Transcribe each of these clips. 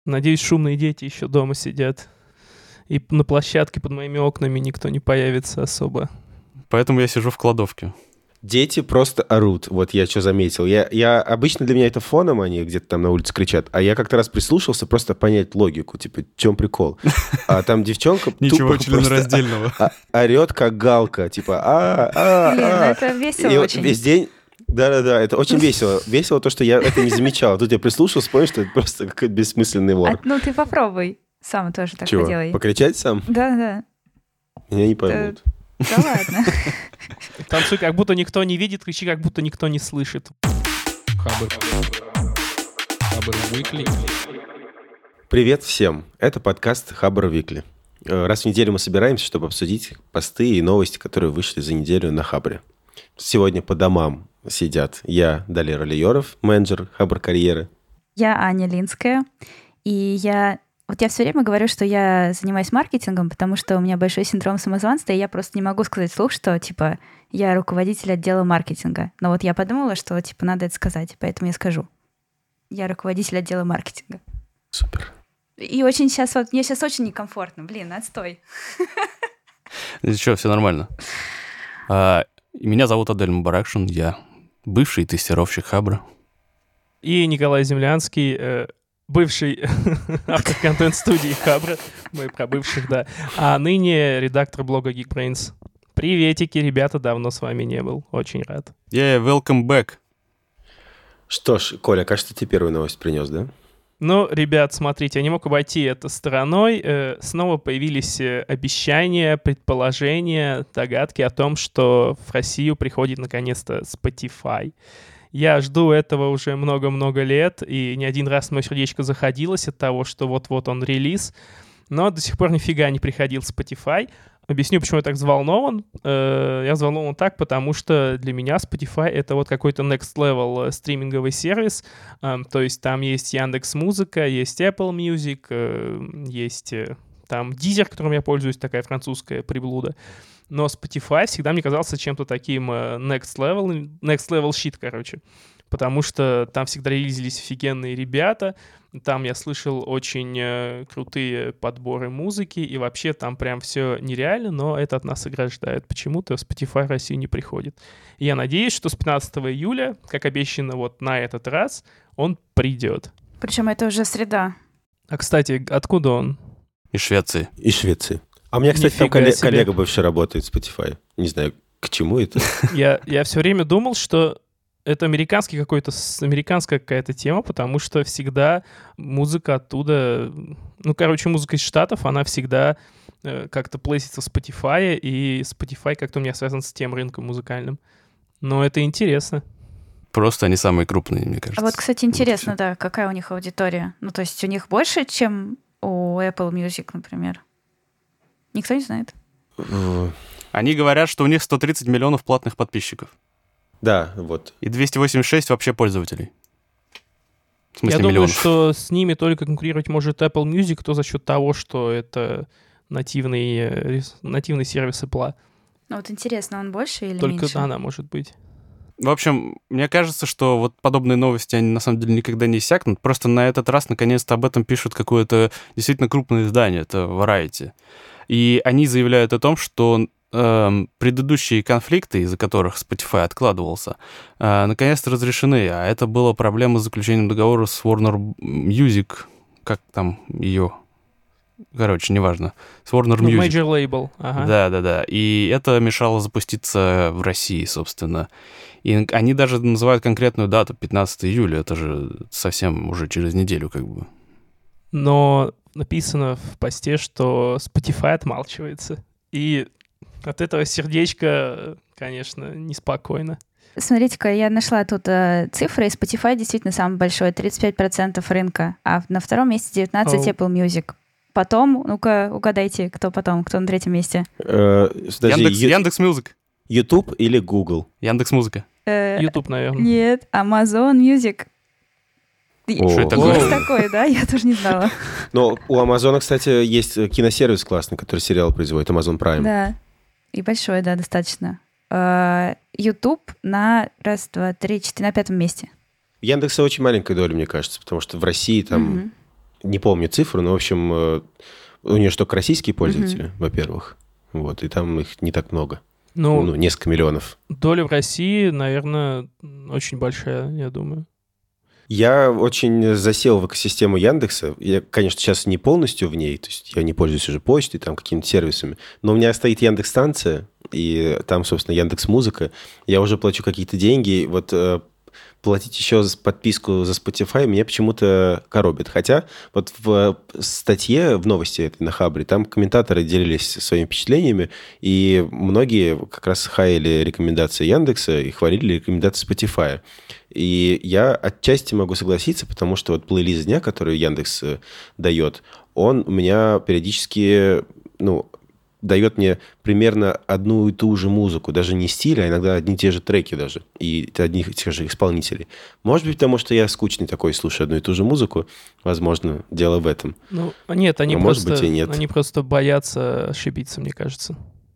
Надеюсь, шумные дети еще дома сидят. И на площадке под моими окнами никто не появится особо. Поэтому я сижу в кладовке. Дети просто орут. Вот я что заметил. Я обычно для меня это фоном, они где-то там на улице кричат. А я как-то раз прислушался просто понять логику. Типа, в чем прикол? А там девчонка Ничего тупо членораздельного. просто орет, как галка. Типа, Блин, это весело И вот очень. весь день... Да-да-да, это очень весело. Весело то, что я это не замечал. Тут я прислушался, понял, что это просто какой-то бессмысленный вор. Ну, ты попробуй. Сам тоже так Чего? поделай. Покричать сам? Да. Меня не поймут. Да ладно. Танцуй, как будто никто не видит, кричи, как будто никто не слышит. Хабр Weekly. Привет всем. Это подкаст Хабр Weekly. Раз в неделю мы собираемся, чтобы обсудить посты и новости, которые вышли за неделю на Хабре. Сегодня по домам сидят я, Далер Алиеров, менеджер Хабр Карьеры. Я Аня Линская, и я все время говорю, что я занимаюсь маркетингом, потому что у меня большой синдром самозванства, и я просто не могу сказать вслух, что, типа, я руководитель отдела маркетинга. Но вот я подумала, что, типа, надо это сказать, поэтому я скажу. Я руководитель отдела маркетинга. Супер. И очень сейчас, вот, мне сейчас очень некомфортно. Блин, отстой. Ничего, все нормально. Меня зовут Адель Мубаракшин, я бывший тестировщик Хабра. И Николай Землянский, бывший автор контент-студии Хабра. Мы про бывших, да. А ныне редактор блога Geekbrains. Приветики, ребята, давно с вами не был. Очень рад. Welcome back. Что ж, Коля, кажется, ты первую новость принес, да? Ну, ребят, смотрите, я не мог обойти это стороной. Снова появились обещания, предположения, догадки о том, что в Россию приходит наконец-то Spotify. Я жду этого уже много-много лет, и не один раз мое сердечко заходилось от того, что вот-вот он релиз, но до сих пор нифига не приходил Spotify. Объясню, почему я так взволнован. Я взволнован так, потому что для меня Spotify — это вот какой-то next level стриминговый сервис. То есть там есть Яндекс.Музыка, есть Apple Music, есть там Deezer, которым я пользуюсь, такая французская приблуда. Но Spotify всегда мне казался чем-то таким next level shit, короче. Потому что там всегда релизились офигенные ребята, там я слышал очень крутые подборы музыки, и вообще там прям все нереально, но это от нас ограждает. Почему-то Spotify в Россию не приходит. И я надеюсь, что с 15 июля, как обещано вот на этот раз, он придет. Причем это уже среда. А, кстати, откуда он? Из Швеции. Из Швеции. А у меня, кстати, там Нифига себе. коллега бывший работает в Spotify. Не знаю, к чему это. Я все время думал, что это американская какая-то тема, потому что всегда музыка оттуда... музыка из Штатов, она всегда как-то плейсится в Spotify, и Spotify как-то у меня связан с тем рынком музыкальным. Но это интересно. Просто они самые крупные, мне кажется. А вот, кстати, интересно, да, какая у них аудитория. Ну, то есть у них больше, чем у Apple Music, например? Никто не знает. Они говорят, что у них 130 миллионов платных подписчиков. Да, вот. И 286 вообще пользователей. В смысле, Я думаю, миллионов. что с ними только конкурировать может Apple Music, то за счет того, что это нативный сервис Apple. Ну вот интересно, он больше или Только меньше? она может быть. В общем, мне кажется, что вот подобные новости, они на самом деле никогда не иссякнут. Просто на этот раз наконец-то об этом пишут какое-то действительно крупное издание, это Variety. И они заявляют о том, что предыдущие конфликты, из-за которых Spotify откладывался, наконец-то разрешены. А это была проблема с заключением договора с Warner Music. Как там ее... Короче, неважно. С Warner Music. Major Label. Ага. Да. И это мешало запуститься в России, собственно. И они даже называют конкретную дату, 15 июля. Это же совсем уже через неделю как бы. Но написано в посте, что Spotify отмалчивается. И от этого сердечко, конечно, неспокойно. Смотрите-ка, я нашла тут цифры, и Spotify действительно самый большой, 35% рынка, а на втором месте 19 Apple Music. Потом, ну-ка, угадайте, кто на третьем месте? Яндекс.Музыка. YouTube или Google? Яндекс.Музыка. YouTube, наверное. Нет, Amazon Music. Что это такое? Есть такое, да? Я тоже не знала. Но у Амазона, кстати, есть киносервис классный, который сериал производит, Amazon Prime. Да, и большой, да, достаточно. YouTube на 1, 2, 3, 4, на 5 месте. Яндекса очень маленькая доля, мне кажется, потому что в России там не помню цифру, но, в общем, у нее же только российские пользователи, во-первых. Вот, и там их не так много. Ну, несколько миллионов. Доля в России, наверное, очень большая, я думаю. Я очень засел в экосистему Яндекса. Я, конечно, сейчас не полностью в ней, то есть я не пользуюсь уже почтой, там, какими-то сервисами, но у меня стоит Яндекс.Станция, и там, собственно, Яндекс.Музыка. Я уже плачу какие-то деньги. Вот платить еще за подписку за Spotify меня почему-то коробит. Хотя вот в статье, в новости этой на Хабре, там комментаторы делились своими впечатлениями, и многие как раз хаяли рекомендации Яндекса и хвалили рекомендации Spotify. И я отчасти могу согласиться, потому что вот плейлист дня, который Яндекс дает, он у меня периодически, дает мне примерно одну и ту же музыку, даже не стиль, а иногда одни и те же треки даже, и одних и тех же исполнителей. Может быть, потому что я скучный такой, слушаю одну и ту же музыку, возможно, дело в этом. Нет, они может быть, и нет. Они просто боятся ошибиться, мне кажется.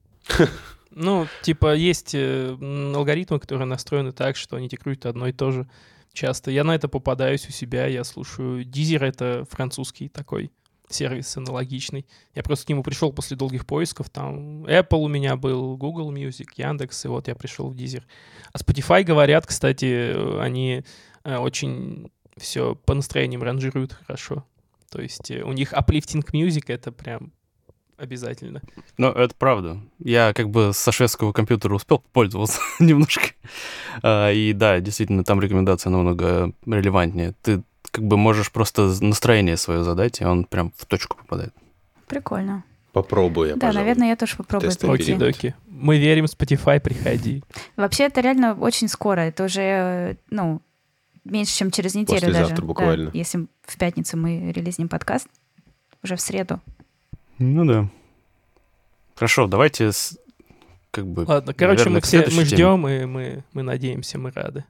Есть алгоритмы, которые настроены так, что они тикруют одно и то же часто. Я на это попадаюсь у себя, я слушаю Deezer, это французский такой сервис аналогичный. Я просто к нему пришел после долгих поисков. Там Apple у меня был, Google Music, Яндекс, и вот я пришел в Deezer. А Spotify, говорят, кстати, они очень все по настроениям ранжируют хорошо. То есть у них uplifting music — это прям обязательно. Это правда. Я как бы со шведского компьютера успел пользоваться немножко. И да, действительно, там рекомендация намного релевантнее. Ты как бы можешь просто настроение свое задать, и он прям в точку попадает. Прикольно. Попробую я, Да, наверное, я тоже попробую. Окей-доки. Мы верим, Spotify, приходи. Вообще, это реально очень скоро. Это уже, меньше, чем через неделю даже. Послезавтра буквально. Да, если в пятницу мы релизнем подкаст, уже в среду. Да. Хорошо, давайте Ладно, короче, мы ждем, и мы надеемся, мы рады.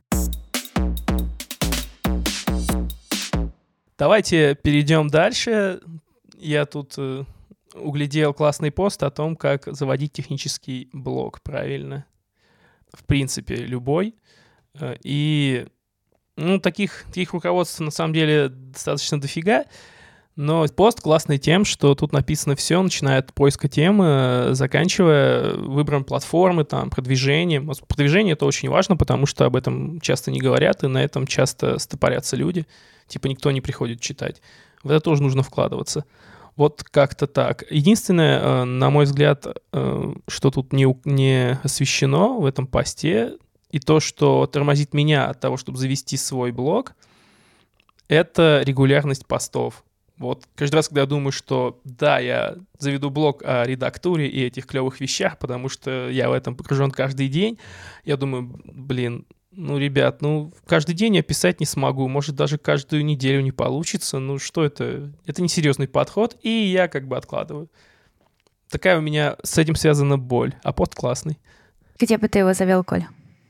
Давайте перейдем дальше. Я тут углядел классный пост о том, как заводить технический блог правильно. В принципе, любой. И таких руководств на самом деле достаточно дофига. Но пост классный тем, что тут написано все, начиная от поиска темы, заканчивая выбором платформы, продвижением. Продвижение — это очень важно, потому что об этом часто не говорят, и на этом часто стопорятся люди. Никто не приходит читать. В это тоже нужно вкладываться. Вот как-то так. Единственное, на мой взгляд, что тут не освещено в этом посте, и то, что тормозит меня от того, чтобы завести свой блог, это регулярность постов. Вот каждый раз, когда я думаю, что да, я заведу блог о редактуре и этих клевых вещах, потому что я в этом погружен каждый день, я думаю, ребят, каждый день я писать не смогу, может, даже каждую неделю не получится, что это? Это несерьезный подход, и я откладываю. Такая у меня с этим связана боль, а пост классный. Где бы ты его завел, Коль?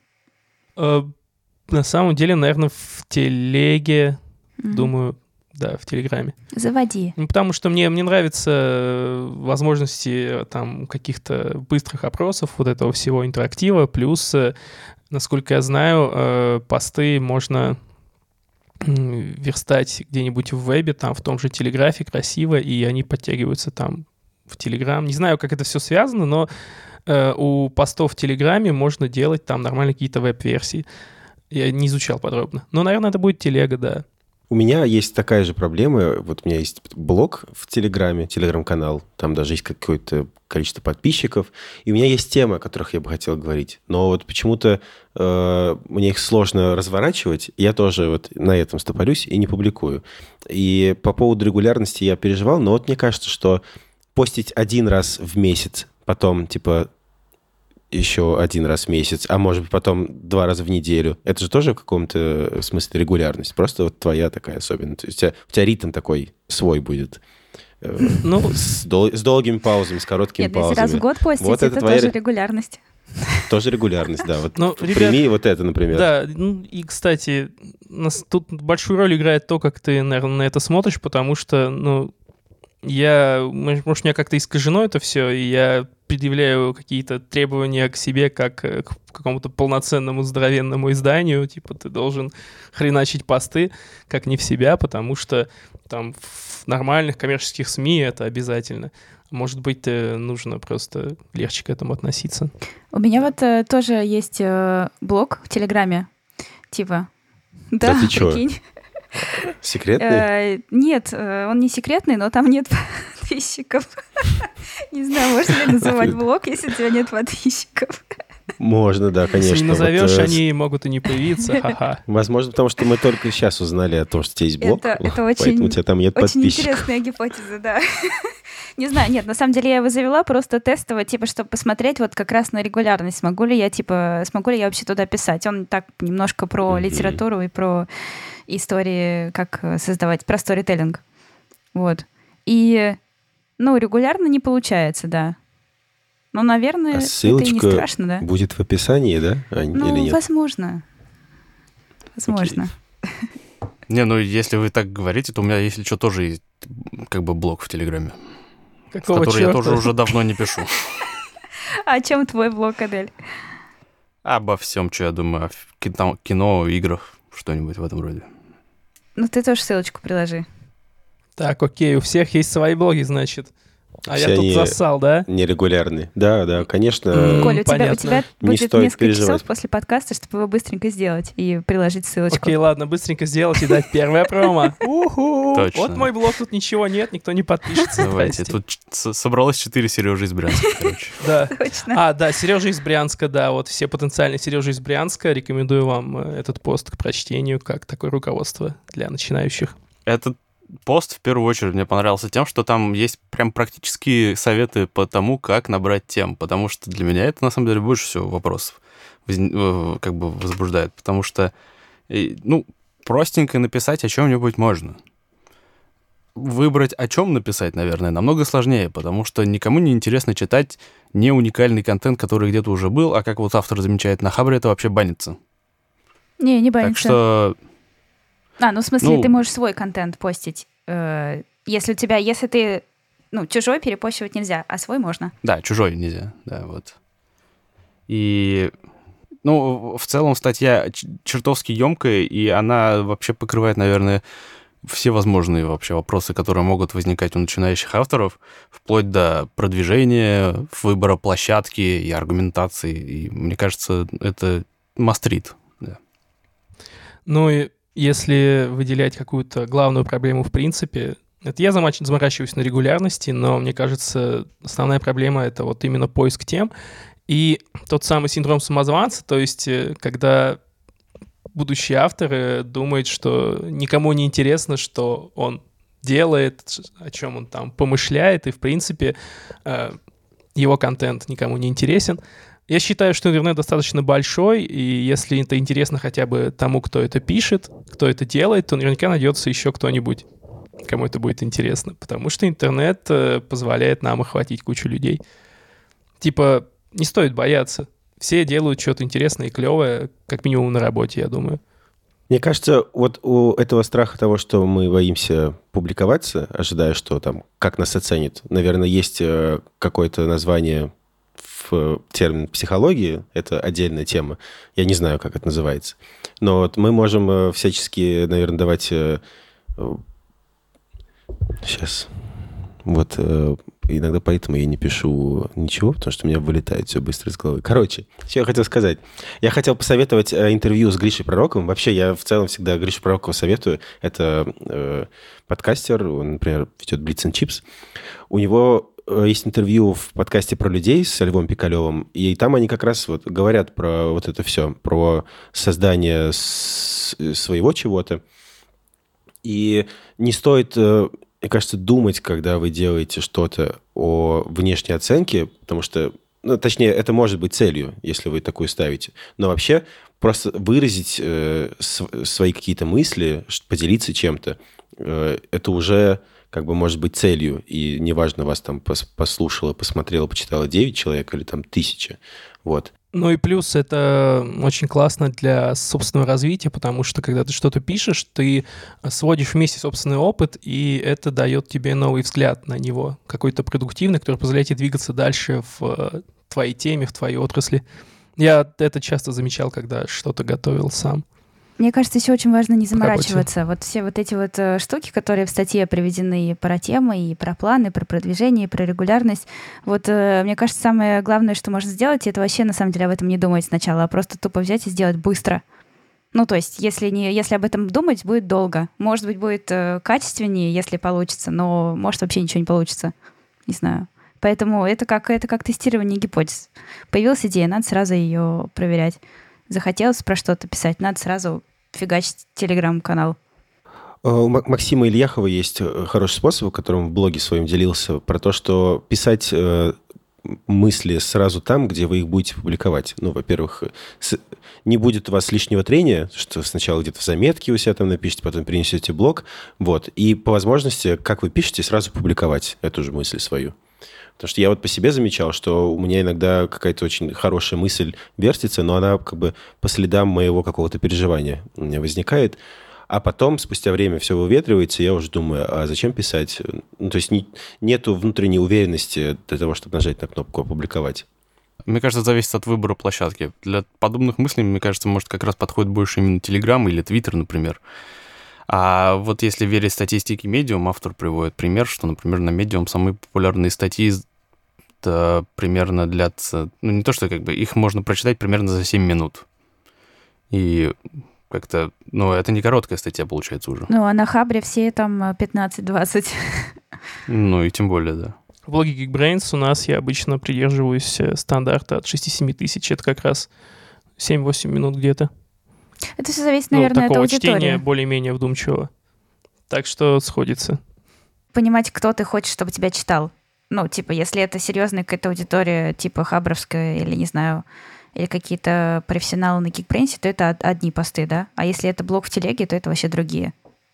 На самом деле, наверное, в телеге, думаю, да, в Телеграме. Заводи. Потому что мне нравятся возможности каких-то быстрых опросов, вот этого всего интерактива, плюс, насколько я знаю, посты можно верстать где-нибудь в вебе, в том же Телеграфе красиво, и они подтягиваются в Телеграм. Не знаю, как это все связано, но у постов в Телеграме можно делать нормально какие-то веб-версии. Я не изучал подробно. Но, наверное, это будет телега, да. У меня есть такая же проблема. Вот у меня есть блог в Телеграме, Телеграм-канал. Там даже есть какое-то количество подписчиков. И у меня есть темы, о которых я бы хотел говорить. Но вот почему-то мне их сложно разворачивать. Я тоже на этом стопорюсь и не публикую. И по поводу регулярности я переживал. Но мне кажется, что постить один раз в месяц, потом еще один раз в месяц, а может быть потом 2 раза в неделю. Это же тоже в каком-то смысле регулярность. Просто твоя такая особенность. То есть у тебя ритм такой свой будет. С долгими паузами, с короткими паузами. Если раз в год постить, это тоже регулярность. Тоже регулярность, да. Прими это, например. Да, и, кстати, тут большую роль играет то, как ты, наверное, на это смотришь, потому что, может, у меня как-то искажено это все, и я предъявляю какие-то требования к себе как к какому-то полноценному здоровенному изданию, типа ты должен хреначить посты как не в себя, потому что там в нормальных коммерческих СМИ это обязательно. Может быть, нужно просто легче к этому относиться. У меня вот тоже есть блог в Телеграме, типа. Да, ты чё? прикинь. Секретный? Нет, он не секретный, но там нет подписчиков. Не знаю, можно ли называть блог, если у тебя нет подписчиков. Можно, да, конечно. Если не назовешь, они могут и не появиться, ха-ха. Возможно, потому что мы только сейчас узнали о том, что у тебя есть блог, Это поэтому у тебя там нет очень подписчиков. интересная гипотеза, да. Не знаю, нет, на самом деле я его завела просто тестово, типа, чтобы посмотреть вот как раз на регулярность, смогу ли я вообще туда писать. Он так немножко про литературу и про истории, как создавать, про сторителлинг. Вот. И, регулярно не получается, да. Но, наверное, это и не страшно, да? Будет в описании, да? Или нет? Возможно. Возможно. Не, если вы так говорите, то у меня, если что, тоже есть как бы блог в Телеграме, в который я тоже уже давно не пишу. А о чем твой блог, Адель? Обо всем, что я думаю, о кино, играх, что-нибудь в этом роде. Ты тоже ссылочку приложи. Так, окей, у всех есть свои блоги, значит. А Все я тут они засал, да? Нерегулярный. Да, конечно. Коля, у тебя Не будет стоит несколько переживать. часов после подкаста, чтобы его быстренько сделать и приложить ссылочку. Окей, ладно, быстренько сделать и дать первое промо. Уху! Точно. Вот мой блог, тут ничего нет, никто не подпишется. Давайте, Здрасте. тут собралось 4 Сережи из Брянска, короче. Да. Точно. Да, Сережа из Брянска, да, вот все потенциальные Сережи из Брянска. Рекомендую вам этот пост к прочтению, как такое руководство для начинающих. Этот пост, в первую очередь, мне понравился тем, что там есть прям практические советы по тому, как набрать тем, потому что для меня это, на самом деле, больше всего вопросов как бы возбуждает, потому что, простенько написать о чем-нибудь можно. Выбрать, о чем написать, наверное, намного сложнее, потому что никому не интересно читать не уникальный контент, который где-то уже был, а как вот автор замечает на Хабре, это вообще банится. Не банится. Так что... в смысле, ты можешь свой контент постить. Если ты, чужой перепощивать нельзя, а свой можно. Да, чужой нельзя, да, вот. И, в целом статья чертовски емкая, и она вообще покрывает, наверное, все возможные вообще вопросы, которые могут возникать у начинающих авторов, вплоть до продвижения, выбора площадки и аргументации. И мне кажется, это must-read, да. И если выделять какую-то главную проблему в принципе, это я заморачиваюсь на регулярности, но мне кажется, основная проблема — это вот именно поиск тем и тот самый синдром самозванца, то есть когда будущий автор думает, что никому не интересно, что он делает, о чем он там помышляет, и, в принципе, его контент никому не интересен. Я считаю, что интернет достаточно большой, и если это интересно хотя бы тому, кто это пишет, кто это делает, то наверняка найдется еще кто-нибудь, кому это будет интересно. Потому что интернет позволяет нам охватить кучу людей. Типа, не стоит бояться. Все делают что-то интересное и клевое, как минимум на работе, я думаю. Мне кажется, вот у этого страха того, что мы боимся публиковаться, ожидая, что там, как нас оценят, наверное, есть какое-то название в термин психологии, это отдельная тема. Я не знаю, как это называется. Но вот мы можем всячески, наверное, давать... Сейчас. Вот иногда поэтому я не пишу ничего, потому что у меня вылетает все быстро из головы. Короче, что я хотел сказать. Я хотел посоветовать интервью с Гришей Пророковым. Вообще, я в целом всегда Гришу Пророкова советую. Это подкастер, он, например, ведет Blitz and Chips. У него есть интервью в подкасте про людей с Львом Пикалевым, и там они как раз вот говорят про вот это все, про создание своего чего-то. И не стоит, мне кажется, думать, когда вы делаете что-то о внешней оценке, потому что, точнее, это может быть целью, если вы такую ставите. Но вообще просто выразить свои какие-то мысли, поделиться чем-то, это уже как бы может быть целью, и неважно, вас там послушало, посмотрело, почитало 9 человек или там 1000, вот. Ну и плюс это очень классно для собственного развития, потому что когда ты что-то пишешь, ты сводишь вместе собственный опыт, и это дает тебе новый взгляд на него, какой-то продуктивный, который позволяет тебе двигаться дальше в твоей теме, в твоей отрасли. Я это часто замечал, когда что-то готовил сам. Мне кажется, еще очень важно не заморачиваться. Вот все вот эти вот штуки, которые в статье приведены и про темы, и про планы, и про продвижение, и про регулярность. Вот мне кажется, самое главное, что можно сделать, это вообще на самом деле об этом не думать сначала, а просто тупо взять и сделать быстро. Ну, то есть, если об этом думать, будет долго. Может быть, будет качественнее, если получится, но может вообще ничего не получится. Не знаю. Поэтому это как тестирование гипотез. Появилась идея, надо сразу ее проверять. Захотелось про что-то писать, надо сразу фигачить телеграм-канал. У Максима Ильяхова есть хороший способ, которым в блоге своем делился, про то, что писать мысли сразу там, где вы их будете публиковать. Ну, во-первых, не будет у вас лишнего трения, что сначала где-то в заметке у себя там напишите, потом перенесете в блог. Вот. И по возможности, как вы пишете, сразу публиковать эту же мысль свою. Потому что я вот по себе замечал, что у меня иногда какая-то очень хорошая мысль вертится, но она как бы по следам моего какого-то переживания у меня возникает. А потом, спустя время, все выветривается, и я уже думаю, а зачем писать? Ну, то есть нету внутренней уверенности для того, чтобы нажать на кнопку «Опубликовать». Мне кажется, зависит от выбора площадки. Для подобных мыслей, мне кажется, может, как раз подходит больше именно Telegram или Twitter, например. А вот если верить статистике Medium, автор приводит пример, что, например, на Medium самые популярные статьи примерно длятся... Ну, не то, что как бы их можно прочитать примерно за 7 минут. И как-то... Ну, это не короткая статья, получается, уже. Ну, а на Хабре все там 15-20. Ну, и тем более, да. В блоге Geekbrains у нас я обычно придерживаюсь стандарта от 6-7 тысяч. Это как раз 7-8 минут где-то. Это все зависит, наверное, от аудитории. Такого чтения более-менее вдумчивого. Так что сходится. Понимать, кто ты хочешь, чтобы тебя читал. Ну, типа, если это серьезная какая-то аудитория, типа хабровская или, не знаю, или какие-то профессионалы на Geekbrains, то это одни посты, да? А если это блог в телеге, то это вообще другие.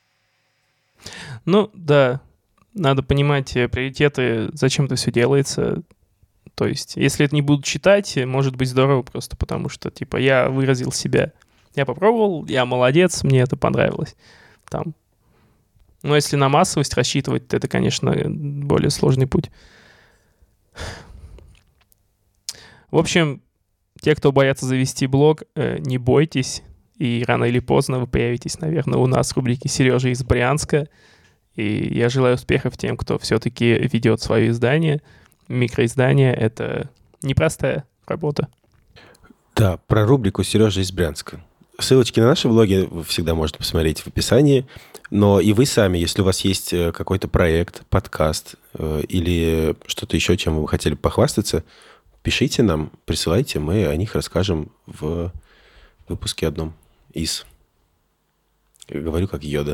Ну, да. Надо понимать приоритеты, зачем это все делается. То есть, если это не будут читать, может быть здорово просто потому, что, типа, я выразил себя. Я попробовал, я молодец, мне это понравилось. Там. Но если на массовость рассчитывать, то это, конечно, более сложный путь. В общем, те, кто боятся завести блог, не бойтесь. И рано или поздно вы появитесь, наверное, у нас в рубрике «Сережа из Брянска». И я желаю успехов тем, кто все-таки ведет свое издание. Микроиздание — это непростая работа. Да, про рубрику «Сережа из Брянска». Ссылочки на наши блоги вы всегда можете посмотреть в описании. Но и вы сами, если у вас есть какой-то проект, подкаст или что-то еще, чем вы хотели похвастаться, пишите нам, присылайте, мы о них расскажем в выпуске одном из. Я говорю как Йода.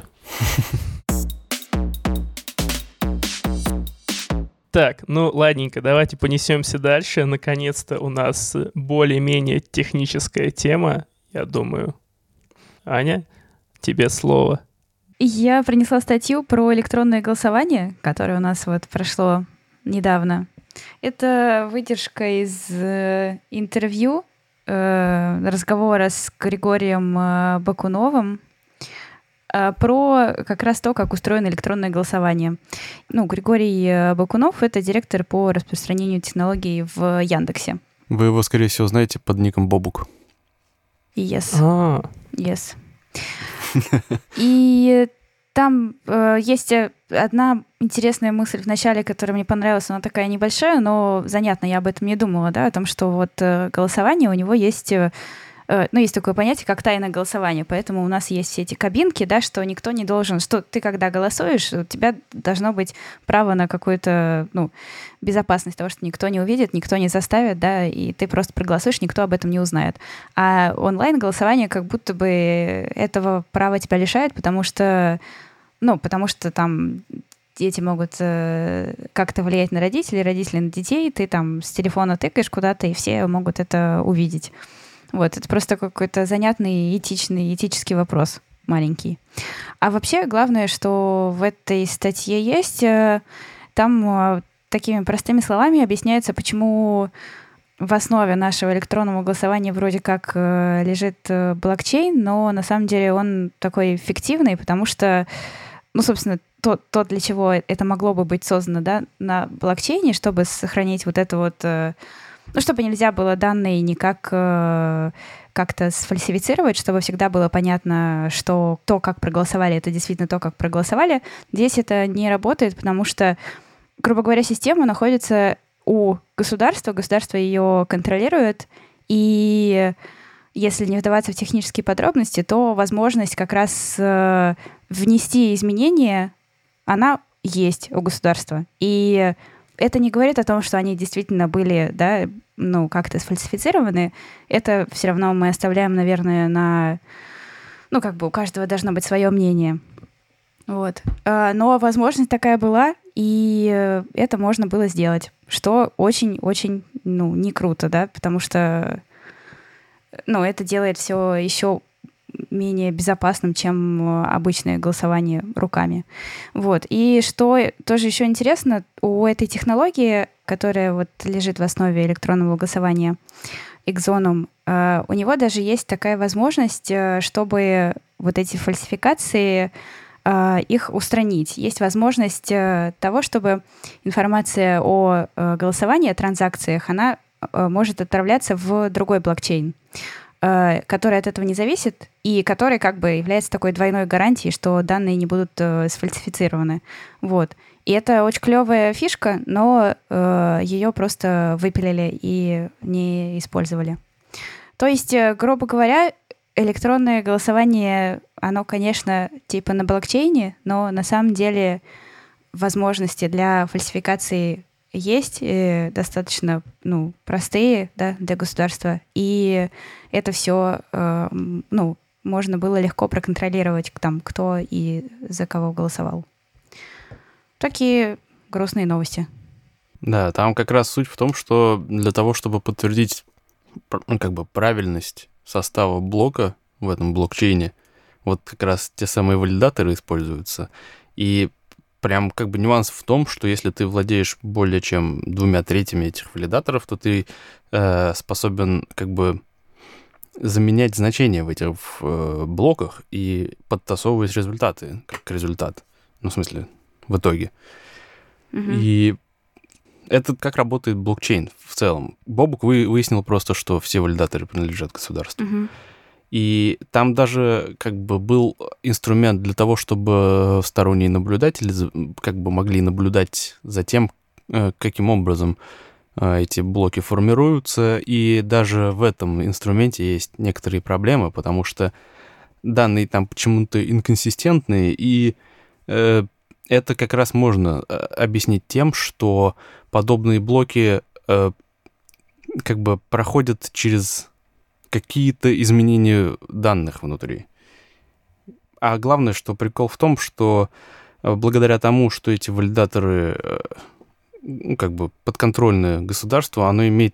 Так, ну ладненько, давайте понесемся дальше. Наконец-то у нас более-менее техническая тема, я думаю. Аня, тебе слово. Я принесла статью про электронное голосование, которое у нас вот прошло недавно. Это выдержка из интервью, разговора с Григорием Бакуновым про как раз то, как устроено электронное голосование. Ну, Григорий Бакунов — это директор по распространению технологий в Яндексе. Вы его, скорее всего, знаете под ником Бобук. Yes. Yes. И там есть одна интересная мысль в начале, которая мне понравилась. Она такая небольшая, но занятная. Я об этом не думала, да, о том, что вот голосование у него есть... Ну, есть такое понятие, как тайное голосование, поэтому у нас есть все эти кабинки, да, что никто не должен, что ты, когда голосуешь, у тебя должно быть право на какую-то, ну, безопасность того, что никто не увидит, никто не заставит, да, и ты просто проголосуешь, никто об этом не узнает. А онлайн-голосование как будто бы этого права тебя лишает, потому что там дети могут как-то влиять на родителей, родители на детей, ты там с телефона тыкаешь куда-то, и все могут это увидеть. Вот, это просто какой-то занятный этический вопрос маленький. А вообще, главное, что в этой статье есть, там такими простыми словами объясняется, почему в основе нашего электронного голосования вроде как лежит блокчейн, но на самом деле он такой фиктивный, потому что, ну, собственно, то, для чего это могло бы быть создано, да, на блокчейне, чтобы сохранить вот это вот, ну, чтобы нельзя было данные никак как-то сфальсифицировать, чтобы всегда было понятно, что то, как проголосовали, это действительно то, как проголосовали. Здесь это не работает, потому что, грубо говоря, система находится у государства, государство ее контролирует, и если не вдаваться в технические подробности, то возможность как раз внести изменения, она есть у государства. И это не говорит о том, что они действительно были, да, ну, как-то сфальсифицированы. Это все равно мы оставляем, наверное, на... Ну, как бы у каждого должно быть свое мнение. Вот. Но возможность такая была, и это можно было сделать, что очень-очень, ну, не круто, да, потому что, ну, это делает все еще менее безопасным, чем обычное голосование руками. Вот. И что тоже еще интересно, у этой технологии, которая вот лежит в основе электронного голосования, Exonum, у него даже есть такая возможность, чтобы вот эти фальсификации их устранить. Есть возможность того, чтобы информация о голосовании, о транзакциях, она может отправляться в другой блокчейн, который от этого не зависит и который как бы является такой двойной гарантией, что данные не будут сфальсифицированы. Вот. И это очень клевая фишка, но ее просто выпилили и не использовали. То есть, грубо говоря, электронное голосование, оно, конечно, типа на блокчейне, но на самом деле возможности для фальсификации есть, достаточно, ну, простые, да, для государства. И это все, ну, можно было легко проконтролировать, там, кто и за кого голосовал. Такие грустные новости. Да, там как раз суть в том, что для того, чтобы подтвердить, ну, как бы правильность состава блока в этом блокчейне, вот как раз те самые валидаторы используются. И прям как бы нюанс в том, что если ты владеешь более чем 2/3 этих валидаторов, то ты способен как бы заменять значения в этих блоках и подтасовывать результаты, как результат. Ну, в смысле, в итоге. И это как работает блокчейн в целом. Бобук выяснил просто, что все валидаторы принадлежат государству. И там даже как бы был инструмент для того, чтобы сторонние наблюдатели как бы могли наблюдать за тем, каким образом эти блоки формируются. И даже в этом инструменте есть некоторые проблемы, потому что данные там почему-то инконсистентные, и это как раз можно объяснить тем, что подобные блоки как бы проходят через какие-то изменения данных внутри. А главное, что прикол в том, что благодаря тому, что эти валидаторы ну, как бы подконтрольное государству, оно имеет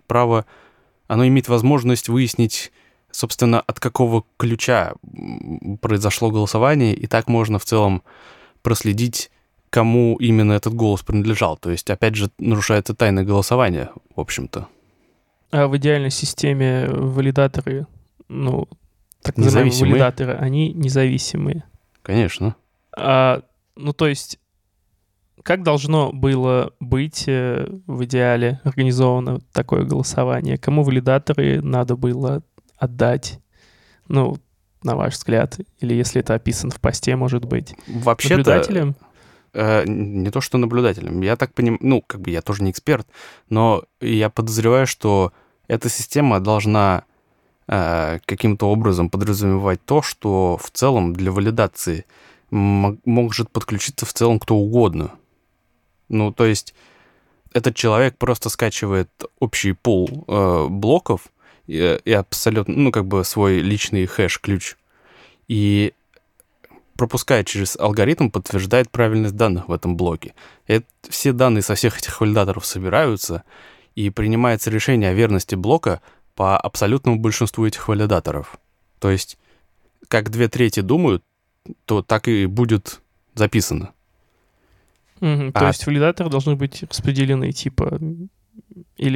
возможность выяснить, собственно, от какого ключа произошло голосование, и так можно в целом проследить, кому именно этот голос принадлежал. То есть, опять же, нарушается тайна голосования, в общем-то. А в идеальной системе валидаторы, ну, так называемые валидаторы, они независимые. Конечно. Ну, то есть, как должно было быть в идеале организовано такое голосование? Кому валидаторы надо было отдать? Ну, на ваш взгляд, или если это описано в посте, может быть, вообще-то, наблюдателем? Не то, что наблюдателем. Я так понимаю, ну, как бы я тоже не эксперт, но я подозреваю, что эта система должна каким-то образом подразумевать то, что в целом для валидации может подключиться в целом кто угодно. Ну, то есть этот человек просто скачивает общий пул блоков и абсолютно, ну, как бы свой личный хэш-ключ, и пропуская через алгоритм, подтверждает правильность данных в этом блоке. Все данные со всех этих валидаторов собираются, и принимается решение о верности блока по абсолютному большинству этих валидаторов. То есть, как 2/3 думают, то так и будет записано. То есть валидаторы должны быть распределены, типа, или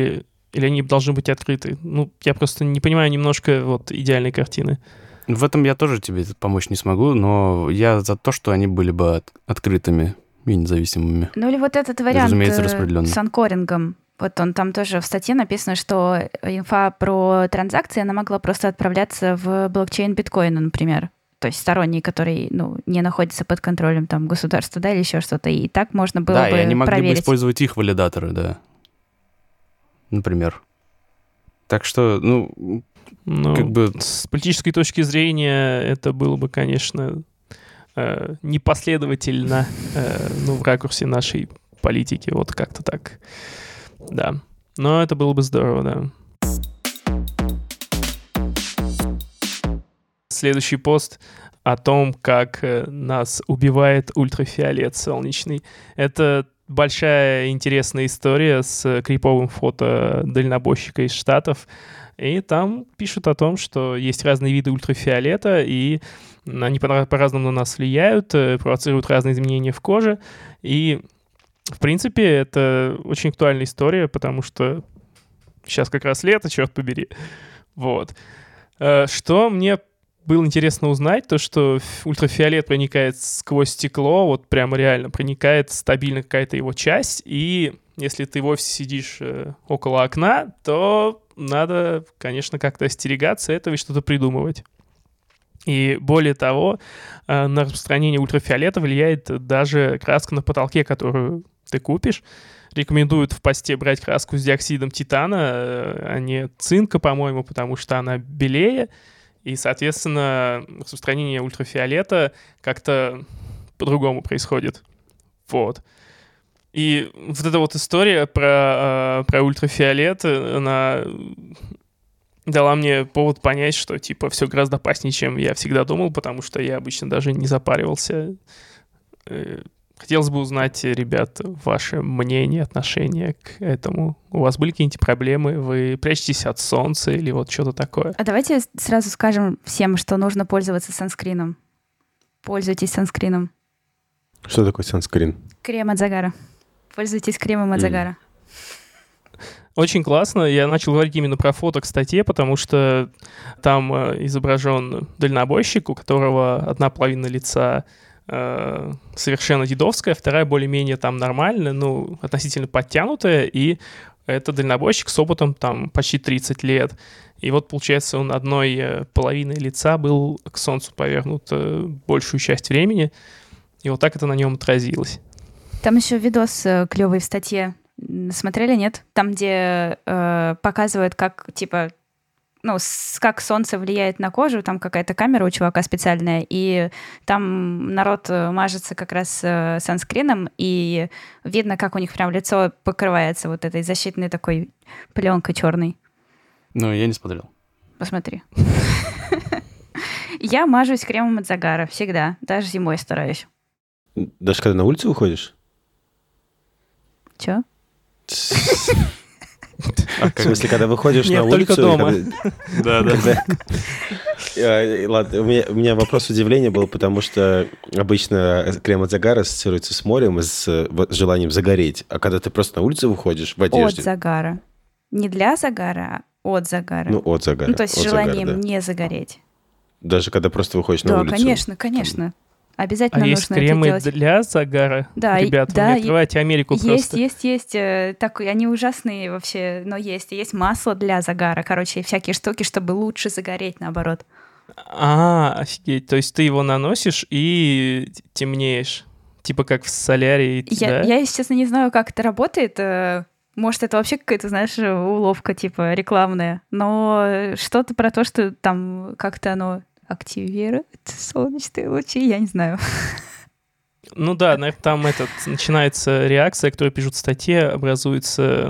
Или они должны быть открыты? Ну, я просто не понимаю немножко вот идеальной картины. В этом я тоже тебе помочь не смогу, но я за то, что они были бы открытыми и независимыми. Ну или вот этот вариант Разумеется, распределенно. с анкорингом. Вот он там тоже в статье написано, что инфа про транзакции, она могла просто отправляться в блокчейн биткоина, например. То есть сторонний, который не находится под контролем там, государства, да, или еще что-то. И так можно было бы проверить. Да, и они могли бы использовать их валидаторы, да. Например. Так что, как бы... С политической точки зрения это было бы, конечно, непоследовательно, в ракурсе нашей политики. Вот как-то так. Да. Но это было бы здорово, да. Следующий пост о том, как нас убивает ультрафиолет солнечный. Это большая интересная история с криповым фото дальнобойщика из Штатов. И там пишут о том, что есть разные виды ультрафиолета, и они по-разному на нас влияют, провоцируют разные изменения в коже. И, в принципе, это очень актуальная история, потому что сейчас как раз лето, черт побери. Вот. Что мне было интересно узнать, то, что ультрафиолет проникает сквозь стекло, вот прямо реально проникает стабильно какая-то его часть, и если ты в офисе сидишь около окна, то надо, конечно, как-то остерегаться этого и что-то придумывать. И более того, на распространение ультрафиолета влияет даже краска на потолке, которую ты купишь. Рекомендуют в посте брать краску с диоксидом титана, а не цинка, по-моему, потому что она белее. И, соответственно, распространение ультрафиолета как-то по-другому происходит. Вот. И вот эта вот история про ультрафиолет, она дала мне повод понять, что, типа, все гораздо опаснее, чем я всегда думал, потому что я обычно даже не запаривался. Хотелось бы узнать, ребят, ваше мнение, отношение к этому. У вас были какие-нибудь проблемы? Вы прячетесь от солнца или вот что-то такое? А давайте сразу скажем всем, что нужно пользоваться санскрином. Пользуйтесь санскрином. Что такое санскрин? Крем от загара. Пользуйтесь кремом от загара. Очень классно. Я начал говорить именно про фото к статье, потому что там изображен дальнобойщик, у которого одна половина лица совершенно дедовская, вторая более-менее там нормальная, относительно подтянутая, и это дальнобойщик с опытом там почти 30 лет. И вот, получается, он одной половиной лица был к солнцу повернут большую часть времени, и вот так это на нем отразилось. Там еще видос клевый в статье. Смотрели, нет? Там, где показывают, как, типа, как солнце влияет на кожу, там какая-то камера у чувака специальная, и там народ мажется как раз санскрином, и видно, как у них прям лицо покрывается вот этой защитной такой пленкой черной. Я не смотрел. Посмотри. Я мажусь кремом от загара всегда, даже зимой стараюсь. Даже когда на улицу выходишь? Чё? В смысле, когда выходишь на улицу... Нет, только дома. Да. Ладно, у меня вопрос удивления был, потому что обычно крем от загара ассоциируется с морем и с желанием загореть. А когда ты просто на улицу выходишь в одежде... От загара. Не для загара, а от загара. От загара. То есть с желанием не загореть. Даже когда просто выходишь на улицу? Да, конечно. Обязательно нужно есть кремы это делать. для загара? Да, ребята, вы не открывайте Америку просто. Есть. Так, они ужасные вообще, но есть. Есть масло для загара, короче, всякие штуки, чтобы лучше загореть, наоборот. Офигеть. То есть ты его наносишь и темнеешь? Типа как в солярии, да? Я, если честно, не знаю, как это работает. Может, это вообще какая-то, знаешь, уловка типа рекламная. Но что-то про то, что там как-то оно... активирует солнечные лучи, я не знаю. Наверное, там начинается реакция, которую пишут в статье, образуется...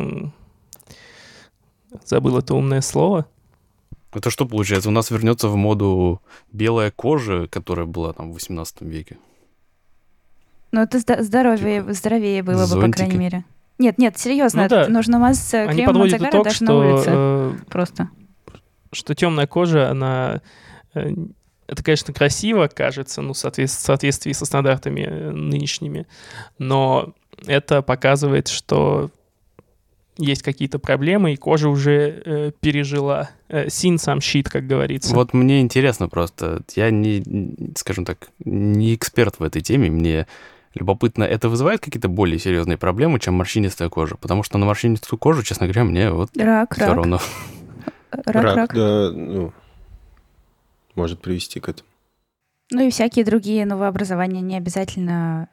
Забыл это умное слово. Это что получается? У нас вернется в моду белая кожа, которая была там в 18 веке. Это здоровее было бы, по крайней мере. Нет, серьезно, нужно мазаться кремом от загара даже на улице. Просто. Что темная кожа, она... Это, конечно, красиво кажется, в соответствии со стандартами нынешними, но это показывает, что есть какие-то проблемы, и кожа уже пережила seen some shit, как говорится. Вот мне интересно просто, я скажем так, не эксперт в этой теме, мне любопытно, это вызывает какие-то более серьезные проблемы, чем морщинистая кожа? Потому что на морщинистую кожу, честно говоря, мне вот все равно. Рак, да, может привести к этому. Ну и всякие другие новообразования не обязательно,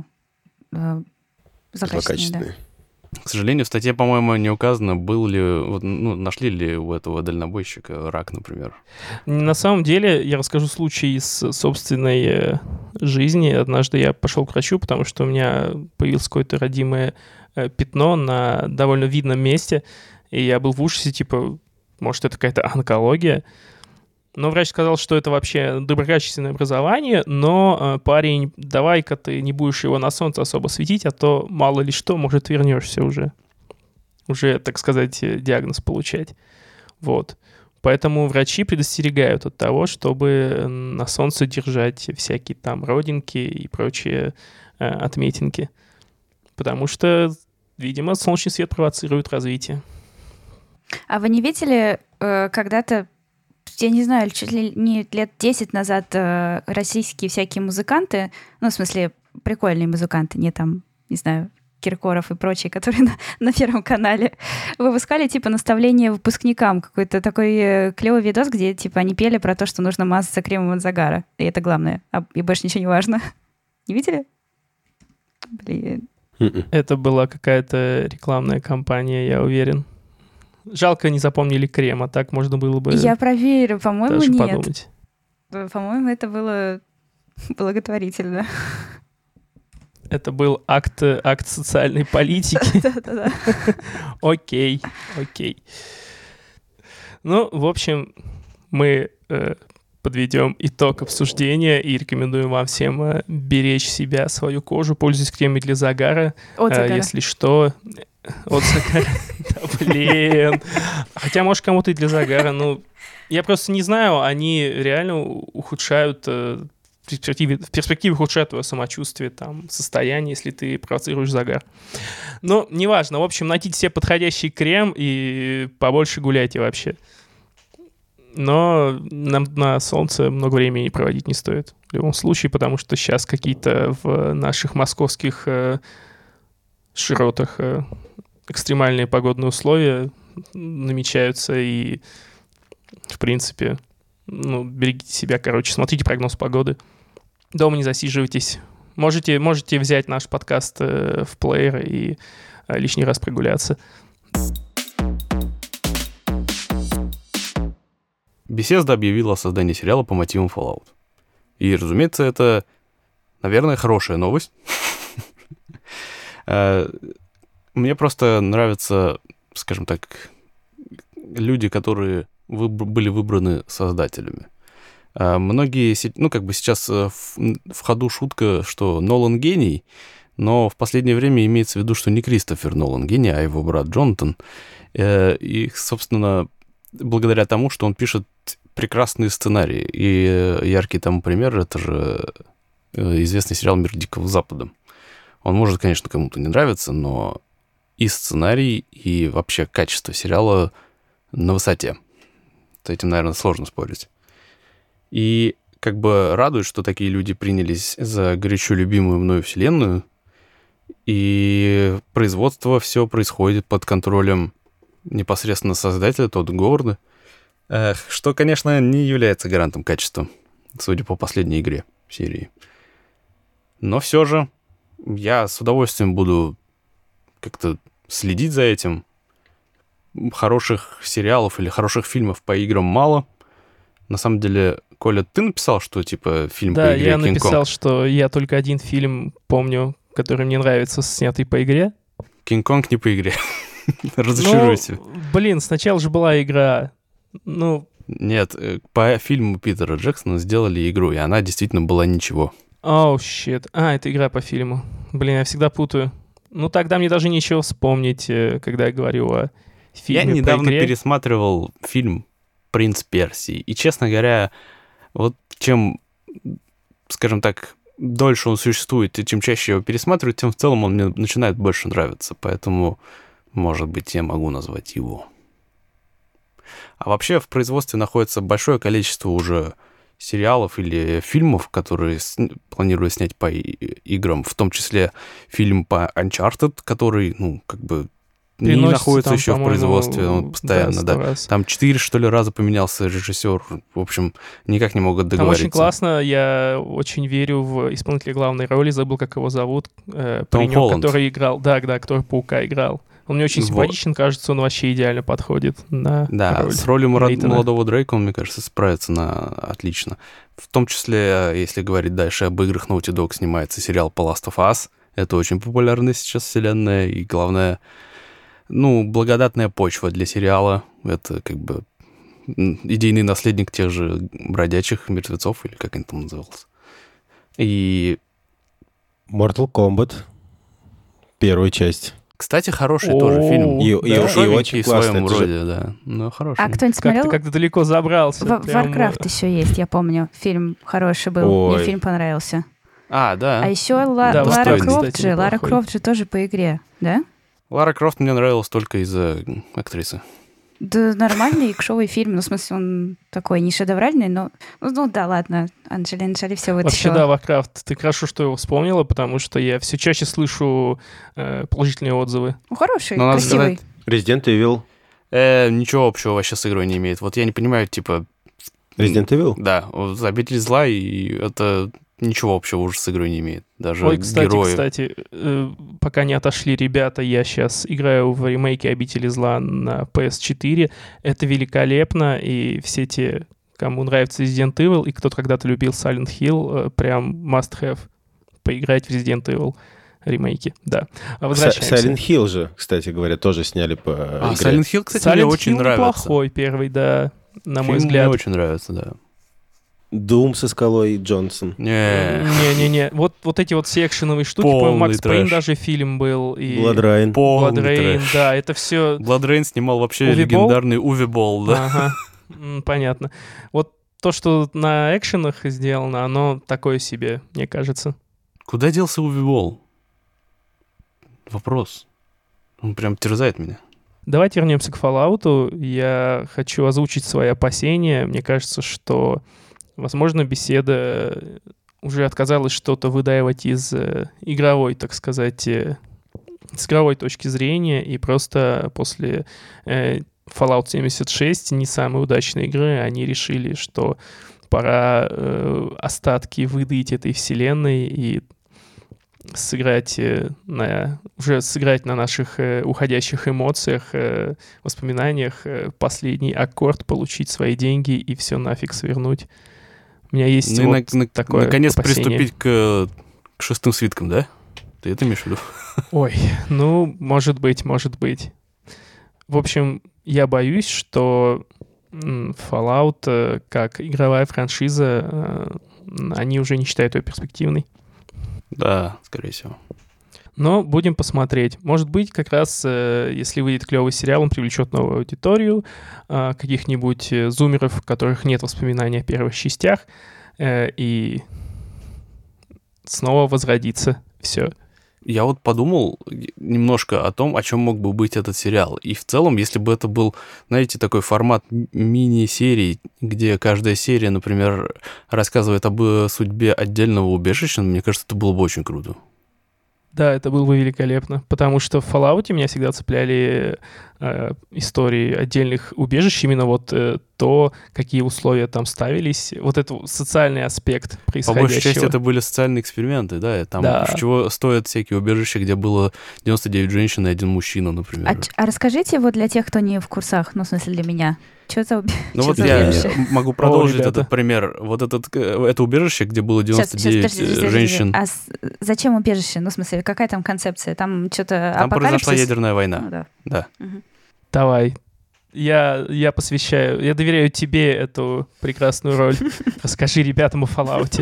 злокачественные. К сожалению, в статье, по-моему, не указано, нашли ли у этого дальнобойщика рак, например. На самом деле, я расскажу случай из собственной жизни. Однажды я пошел к врачу, потому что у меня появилось какое-то родимое пятно на довольно видном месте, и я был в ужасе, типа, может, это какая-то онкология. Но врач сказал, что это вообще доброкачественное образование, но, парень, давай-ка ты не будешь его на солнце особо светить, а то мало ли что, может, вернешься уже, так сказать, диагноз получать. Вот. Поэтому врачи предостерегают от того, чтобы на солнце держать всякие там родинки и прочие отметинки. Потому что, видимо, солнечный свет провоцирует развитие. А вы не видели когда-то, я не знаю, чуть ли не лет 10 назад российские всякие музыканты, в смысле, прикольные музыканты, не там, не знаю, Киркоров и прочие, которые на Первом канале, выпускали, типа, наставление выпускникам, какой-то такой клевый видос, где, типа, они пели про то, что нужно мазаться кремом от загара. И это главное. И больше ничего не важно. Не видели? Блин. Это была какая-то рекламная кампания, я уверен. Жалко, не запомнили крем, а так можно было бы... Я проверю, по-моему, даже нет. Подумать. По-моему, это было благотворительно. Это был акт социальной политики. Да-да-да. Окей. Ну, в общем, мы подведем итог обсуждения и рекомендуем вам всем беречь себя, свою кожу, пользуясь кремами для загара. От загара. Если что... От загара. Да, блин. Хотя, может, кому-то и для загара. Я просто не знаю, они реально ухудшают... В перспективе ухудшает твое самочувствие, состояние, если ты провоцируешь загар. Но неважно. В общем, найдите себе подходящий крем и побольше гуляйте вообще. Но нам на солнце много времени проводить не стоит. В любом случае, потому что сейчас какие-то в наших московских широтах экстремальные погодные условия намечаются. И, в принципе, берегите себя, смотрите прогноз погоды. Дома не засиживайтесь. Можете взять наш подкаст в плеер и лишний раз прогуляться. Bethesda объявила о создании сериала по мотивам Fallout. И, разумеется, это, наверное, хорошая новость. Мне просто нравятся, скажем так, люди, которые были выбраны создателями. Многие, сейчас в ходу шутка, что Нолан гений, но в последнее время имеется в виду, что не Кристофер Нолан гений, а его брат Джонатан. И, собственно, благодаря тому, что он пишет прекрасные сценарии. И яркий тому пример — это же известный сериал «Мир Дикого Запада». Он может, конечно, кому-то не нравиться, но и сценарий, и вообще качество сериала на высоте. С этим, наверное, сложно спорить. И радует, что такие люди принялись за горячо любимую мною вселенную, и производство все происходит под контролем непосредственно создателя Тодда Говарда, что, конечно, не является гарантом качества, судя по последней игре серии. Но все же я с удовольствием буду как-то следить за этим. Хороших сериалов или хороших фильмов по играм мало. На самом деле, Коля, ты написал, что фильм по игре «Кинг-Конг»? Да, я написал, что я только один фильм помню, который мне нравится, снятый по игре. «Кинг-Конг» не по игре. Разочаруйте. Сначала же была игра. Нет, по фильму Питера Джексона сделали игру, и она действительно была ничего. Щит. Это игра по фильму. Я всегда путаю. Тогда мне даже нечего вспомнить, когда я говорю о фильме по игре. Я недавно пересматривал фильм «Принц Персии». И, честно говоря, вот чем, скажем так, дольше он существует, и чем чаще я его пересматриваю, тем в целом он мне начинает больше нравиться. Поэтому Может быть, я могу назвать его. А вообще в производстве находится большое количество уже сериалов или фильмов, которые планируют снять по играм, в том числе фильм по Uncharted, который, не находится еще в производстве, он постоянно, да. Там 4, что ли, раза поменялся режиссер. В общем, никак не могут договориться. Там очень классно, я очень верю в исполнителя главной роли, забыл, как его зовут. Паренек, Холланд. Который играл, который Паука играл. Он мне очень симпатичен, кажется, он вообще идеально подходит на роль. С ролью молодого Дрейка он, мне кажется, справится отлично. В том числе, если говорить дальше об играх, Naughty Dog снимается сериал по Last of Us. Это очень популярная сейчас вселенная, и главное, благодатная почва для сериала. Это идейный наследник тех же бродячих мертвецов, или как они там назывался. И... Mortal Kombat. Первая часть. Кстати, хороший тоже фильм. И очень в своем классный. роде, да. Но хороший. А кто-нибудь смотрел? Как ты далеко забрался. Warcraft еще есть, я помню. Фильм хороший был. Мне фильм понравился. Да. А еще Лара Крофт же тоже по игре, да? Лара Крофт мне нравилась только из-за актрисы. Да, нормальный экшовый фильм. В смысле, он такой не шедевральный, но... да, ладно. Анджелина Джоли все вытащила. Вообще, да, Warcraft. Ты хорошо, что его вспомнила, потому что я все чаще слышу положительные отзывы. Хороший, красивый. Resident Evil. Ничего общего вообще с игрой не имеет. Вот я не понимаю, Resident Evil? Да, обитель зла, и это... Ничего общего уже с игрой не имеет. Даже кстати, пока не отошли ребята, я сейчас играю в ремейке «Обители зла» на PS4. Это великолепно, и все те, кому нравится Resident Evil, и кто-то когда-то любил Silent Hill, прям must-have поиграть в Resident Evil ремейки. Да. Возвращаемся. Silent Hill же, кстати говоря, тоже сняли по игре. Silent Hill, кстати, мне очень нравится. Плохой первый, да, на мой взгляд. Мне очень нравится, да. Doom со Скалой Джонсон. Не-не-не. Вот эти вот все экшеновые штуки. По Макс Пейн даже фильм был. И Blood Rain. Blood Rain, да, это все... Blood Rain снимал вообще легендарный Уви Болл, да. Ага, понятно. Вот то, что на экшенах сделано, оно такое себе, мне кажется. Куда делся Уви Болл? Вопрос. Он прям терзает меня. Давайте вернемся к Fallout. Я хочу озвучить свои опасения. Мне кажется, что... Возможно, беседа уже отказалась что-то выдаивать из игровой, так сказать, с игровой точки зрения, и просто после Fallout 76, не самой удачной игры, они решили, что пора остатки выдать этой вселенной и сыграть на наших уходящих эмоциях, воспоминаниях последний аккорд, получить свои деньги и все нафиг свернуть. У меня есть такое наконец опасение. Приступить к шестым свиткам, да? Ты это имеешь в виду? Ой, может быть. В общем, я боюсь, что Fallout, как игровая франшиза, они уже не считают ее перспективной. Да, скорее всего. Но будем посмотреть. Может быть, как раз, если выйдет клевый сериал, он привлечет новую аудиторию, каких-нибудь зумеров, у которых нет воспоминаний о первых частях, и снова возродится все. Я вот подумал немножко о том, о чем мог бы быть этот сериал. И в целом, если бы это был, знаете, такой формат мини-серий, где каждая серия, например, рассказывает об судьбе отдельного убежища, мне кажется, это было бы очень круто. Да, это было бы великолепно, потому что в Fallout меня всегда цепляли истории отдельных убежищ, именно то, какие условия там ставились, вот этот социальный аспект происходящего. По большей части это были социальные эксперименты, да, там чего стоят всякие убежища, где было 99 женщин и 1 мужчина, например. А расскажите для тех, кто не в курсах, в смысле для меня. Что за убежище? Я могу продолжить этот пример. Вот это убежище, где было 99 женщин. А зачем убежище? В смысле, какая там концепция? Там что-то Там апокалипсис? произошла ядерная война. Да. Угу. Давай. Я доверяю тебе эту прекрасную роль. Расскажи ребятам о Fallout.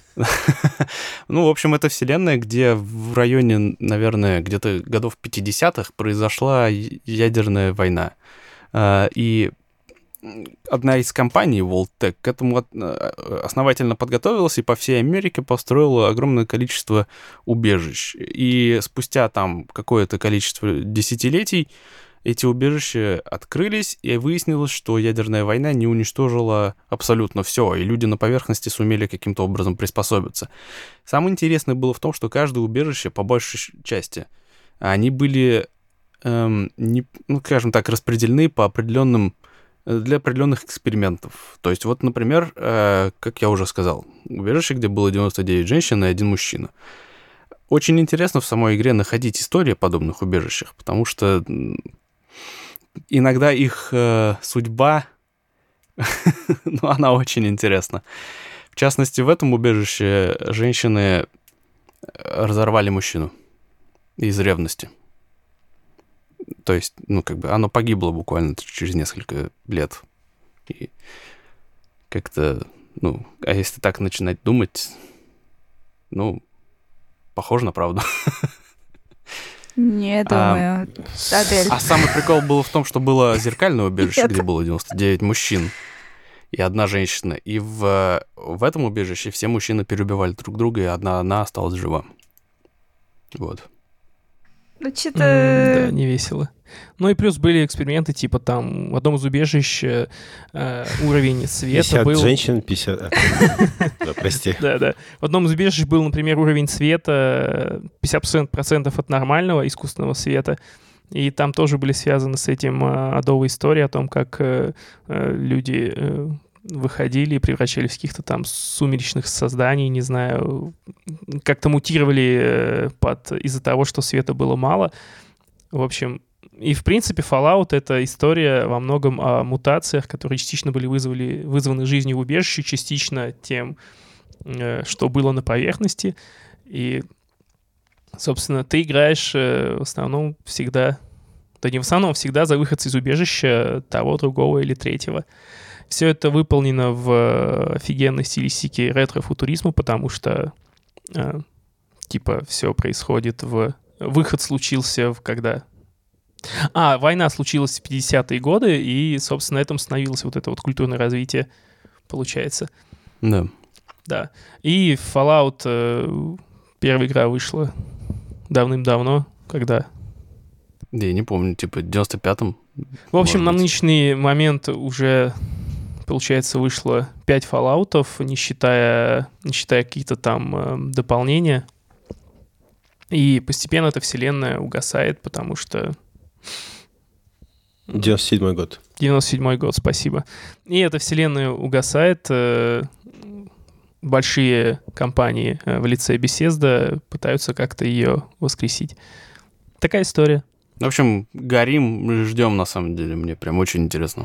В общем, это вселенная, где в районе, наверное, где-то годов 50-х произошла ядерная война. И одна из компаний, WorldTech, к этому основательно подготовилась и по всей Америке построила огромное количество убежищ. И спустя там какое-то количество десятилетий эти убежища открылись, и выяснилось, что ядерная война не уничтожила абсолютно все, и люди на поверхности сумели каким-то образом приспособиться. Самое интересное было в том, что каждое убежище, по большей части, они были, скажем так, распределены по для определенных экспериментов. То есть вот, например, как я уже сказал, убежище, где было 99 женщин и 1 мужчина. Очень интересно в самой игре находить истории о подобных убежищах, потому что иногда их судьба, она очень интересна. В частности, в этом убежище женщины разорвали мужчину из ревности. То есть, оно погибло буквально через несколько лет. И как-то, а если так начинать думать, похоже на правду. Не думаю, Адель. А самый прикол был в том, что было зеркальное убежище, где было 99 мужчин и 1 женщина. И в этом убежище все мужчины переубивали друг друга, и она осталась жива. Вот. Что-то... Да, не весело. И плюс были эксперименты, типа там в одном из убежищ уровень света 50 был... женщин, 50... Прости. Да. В одном из убежищ был, например, уровень света 50% от нормального искусственного света. И там тоже были связаны с этим адовые истории о том, как люди выходили и превращались в каких-то там сумеречных созданий, не знаю, как-то мутировали из-за того, что света было мало. В общем, и в принципе Fallout — это история во многом о мутациях, которые частично были вызваны жизнью в убежище, частично тем, что было на поверхности. И, собственно, ты играешь в основном всегда, да не в основном, всегда за выходца из убежища того, другого или третьего. Все это выполнено в офигенной стилистике ретро-футуризма, потому что, все происходит Выход случился когда... война случилась в 50-е годы, и, собственно, на этом становилось вот это вот культурное развитие, получается. Да. Да. И Fallout, первая игра вышла давным-давно, когда... Да, я не помню, в 95-м. В общем, на нынешний момент уже... Получается, вышло 5 фоллаутов, не считая какие-то там дополнения. И постепенно эта вселенная угасает, потому что... 97-й год. 97-й год, спасибо. И эта вселенная угасает. Большие компании в лице Bethesda пытаются как-то ее воскресить. Такая история. В общем, горим, ждем, на самом деле. Мне прям очень интересно.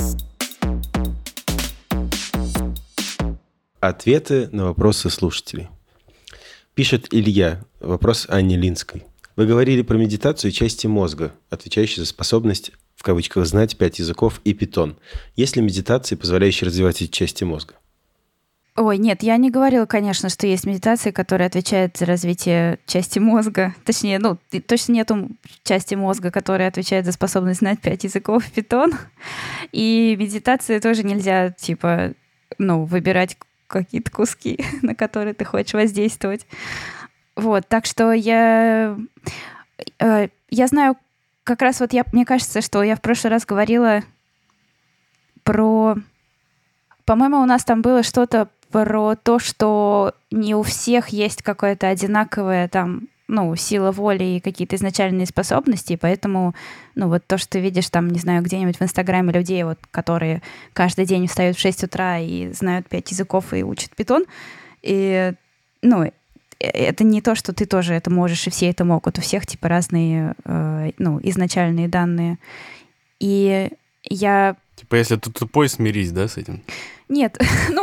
Ответы на вопросы слушателей. Пишет Илья. Вопрос Анне Линской. Вы говорили про медитацию и части мозга, отвечающие за способность, в кавычках, знать 5 языков и питон. Есть ли медитации, позволяющие развивать эти части мозга? Ой, нет, я не говорила, конечно, что есть медитации, которые отвечают за развитие части мозга. Точнее, точно нету части мозга, которая отвечает за способность знать 5 языков и питон. И медитации тоже нельзя, выбирать какие-то куски, на которые ты хочешь воздействовать. Вот, так что я знаю, как раз мне кажется, что я в прошлый раз говорила про... По-моему, у нас там было что-то про то, что не у всех есть какая-то одинаковая там, сила воли и какие-то изначальные способности, поэтому, вот то, что ты видишь там, не знаю, где-нибудь в Инстаграме людей, которые каждый день встают в 6 утра и знают 5 языков и учат питон, и, это не то, что ты тоже это можешь, и все это могут. У всех, разные, изначальные данные. И я... Если ты тупой, смирись, да, с этим? Нет,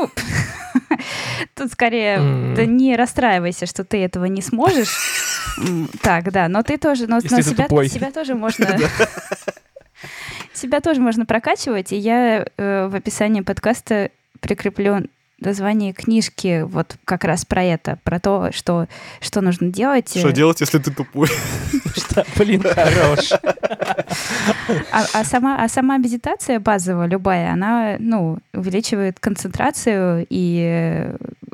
тут скорее, да не расстраивайся, что ты этого не сможешь. Так, да, но ты тоже, но себя тоже можно... Себя тоже можно прокачивать, и я в описании подкаста прикреплю название книжки вот как раз про это, про то, что нужно делать. Что делать, если ты тупой? Что, блин, хорош. А сама медитация базовая, любая, она, увеличивает концентрацию и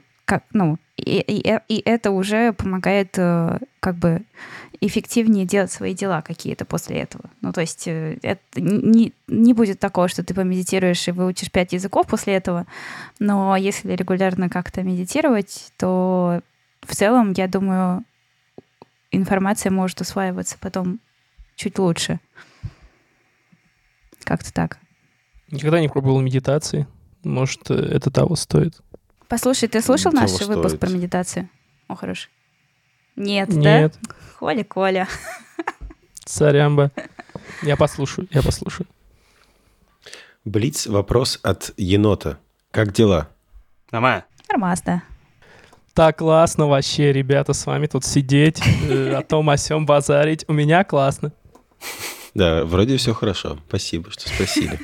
это уже помогает как бы эффективнее делать свои дела какие-то после этого. То есть это не будет такого, что ты помедитируешь и выучишь 5 языков после этого, но если регулярно как-то медитировать, то в целом, я думаю, информация может усваиваться потом чуть лучше. Как-то так. Никогда не пробовал медитации. Может, это того стоит. Послушай, ты слушал наш выпуск про медитацию? О, хороший. Нет, да? Коля. Сорямба. Я послушаю. Блиц, вопрос от енота. Как дела? Нормально. Нормально. Так классно вообще, ребята, с вами тут сидеть, о том, о сём базарить. У меня классно. Да, вроде все хорошо. Спасибо, что спросили.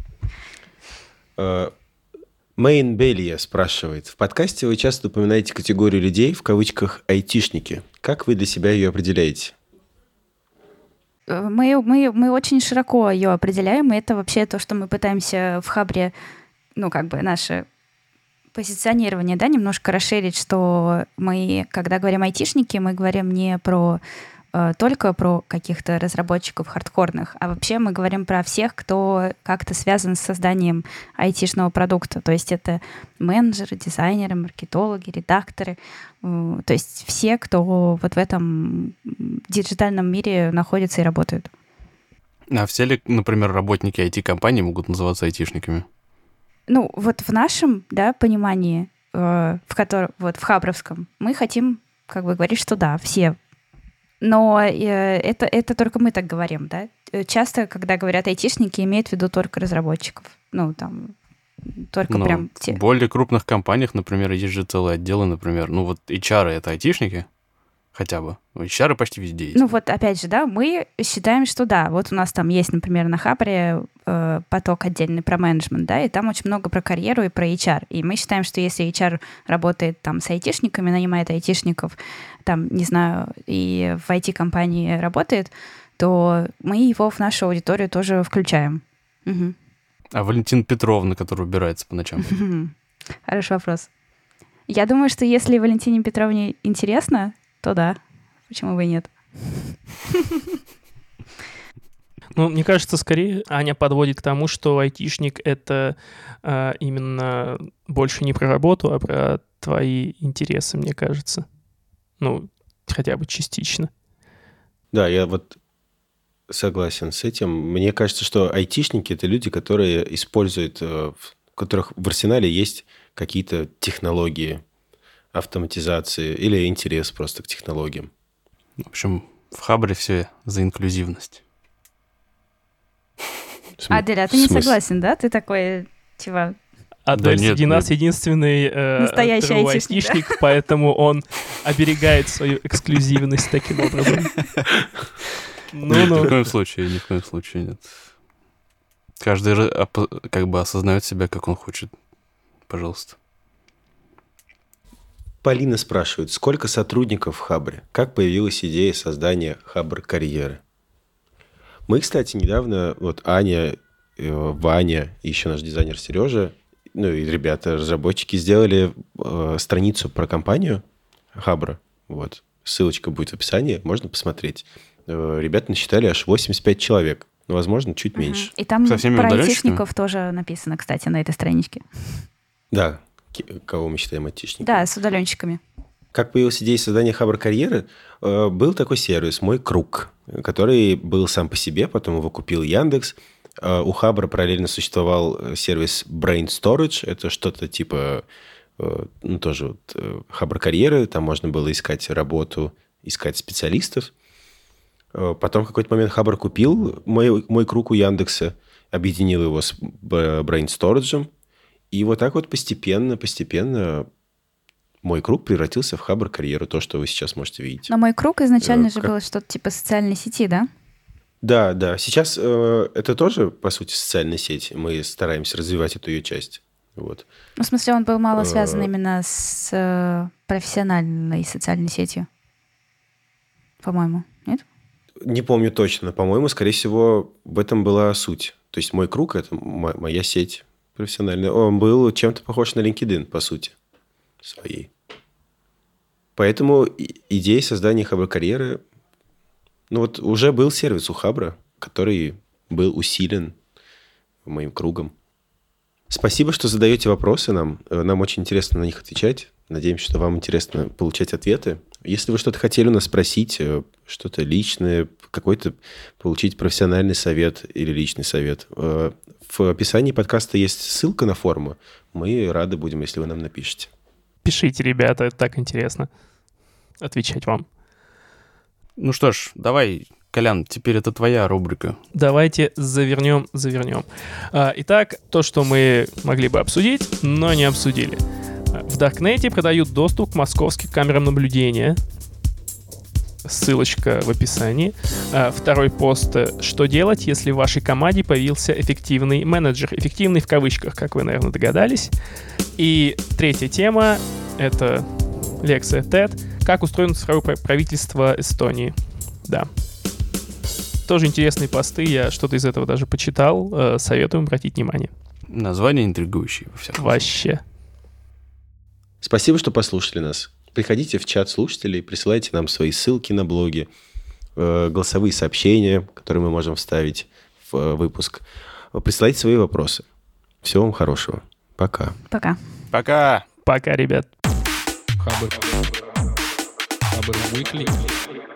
Мэйн Белия спрашивает. В подкасте вы часто упоминаете категорию людей, в кавычках, айтишники. Как вы для себя ее определяете? Мы очень широко ее определяем, и это вообще то, что мы пытаемся в Хабре, наше позиционирование, немножко расширить, что мы, когда говорим айтишники, мы говорим не только про каких-то разработчиков хардкорных, а вообще мы говорим про всех, кто как-то связан с созданием айтишного продукта. То есть это менеджеры, дизайнеры, маркетологи, редакторы. То есть все, кто вот в этом диджитальном мире находится и работают. А все ли, например, работники IT-компаний могут называться айтишниками? Вот в нашем, понимании, в хабровском, мы хотим говорить, что да, все. Но это только мы так говорим, да? Часто, когда говорят айтишники, имеют в виду только разработчиков. Только прям те. В более крупных компаниях, например, есть же целые отделы, например, HR — это айтишники хотя бы. HR почти везде есть. Опять же, мы считаем, что да. Вот у нас там есть, например, на Хабре поток отдельный про менеджмент, и там очень много про карьеру и про HR. И мы считаем, что если HR работает там с айтишниками, нанимает айтишников, там, не знаю, и в IT-компании работает, то мы его в нашу аудиторию тоже включаем. Угу. А Валентина Петровна, которая убирается по ночам? Хороший вопрос. Я думаю, что если Валентине Петровне интересно, то да. Почему бы и нет? Мне кажется, скорее Аня подводит к тому, что айтишник — это именно больше не про работу, а про твои интересы, мне кажется. Хотя бы частично. Да, я согласен с этим. Мне кажется, что айтишники — это люди, которые используют, у которых в арсенале есть какие-то технологии, автоматизации или интерес просто к технологиям. В общем, в Хабре все за инклюзивность. Адель, а ты не согласен, да? Ты такой, типа... Адель среди нас единственный настоящий айтишник, поэтому он оберегает свою эксклюзивность таким образом. Ни в коем случае нет. Каждый осознает себя, как он хочет. Пожалуйста. Полина спрашивает, сколько сотрудников в Хабре? Как появилась идея создания Хабр карьеры? Мы, кстати, недавно, Аня, Ваня и еще наш дизайнер Сережа, и ребята, разработчики, сделали страницу про компанию Хабра. Ссылочка будет в описании, можно посмотреть. Ребята насчитали аж 85 человек. Возможно, чуть меньше. И там про айтишников тоже написано, кстати, на этой страничке. Да. Кого мы считаем айтишниками. Да, с удаленщиками. Как появилась идея создания Хабр карьеры? Был такой сервис «Мой круг», который был сам по себе, потом его купил Яндекс. У Хабра параллельно существовал сервис Brain Storage. Это что-то типа тоже Хабр карьеры. Там можно было искать работу, искать специалистов. Потом в какой-то момент Хабр купил «Мой круг» у Яндекса, объединил его с Brain Storage. И так постепенно «Мой круг» превратился в Хабр карьеру, то, что вы сейчас можете видеть. Но «Мой круг» изначально же было что-то типа социальной сети, да? Да. Сейчас это тоже, по сути, социальная сеть. Мы стараемся развивать эту ее часть. Вот. Ну, в смысле, он был мало связан именно с профессиональной социальной сетью, по-моему, нет? Не помню точно, но, по-моему, скорее всего, в этом была суть. То есть мой круг — это моя сеть профессиональная. Он был чем-то похож на LinkedIn, по сути, своей. Поэтому идея создания Хабр-карьеры... Ну вот уже был сервис у Хабра, который был усилен моим кругом. Спасибо, что задаете вопросы нам. Нам очень интересно на них отвечать. Надеемся, что вам интересно получать ответы. Если вы что-то хотели у нас спросить, что-то личное, какой-то получить профессиональный совет или личный совет, в описании подкаста есть ссылка на форму. Мы рады будем, если вы нам напишете. Пишите, ребята, это так интересно отвечать вам. Ну что ж, давай, Колян, теперь это твоя рубрика. Давайте завернем. Итак, то, что мы могли бы обсудить, но не обсудили. В Даркнете продают доступ к московским камерам наблюдения. Ссылочка в описании. Второй пост. Что делать, если в вашей команде появился эффективный менеджер? Эффективный в кавычках, как вы, наверное, догадались. И третья тема — это лекция TED. Как устроено цифровое правительство Эстонии. Да. Тоже интересные посты. Я что-то из этого даже почитал. Советую обратить внимание. Название интригующее. Во всяком Вообще. Спасибо, что послушали нас. Приходите в чат слушателей, присылайте нам свои ссылки на блоги, голосовые сообщения, которые мы можем вставить в выпуск. Присылайте свои вопросы. Всего вам хорошего. Пока. Пока. Пока. Пока, ребят. Хабр Weekly.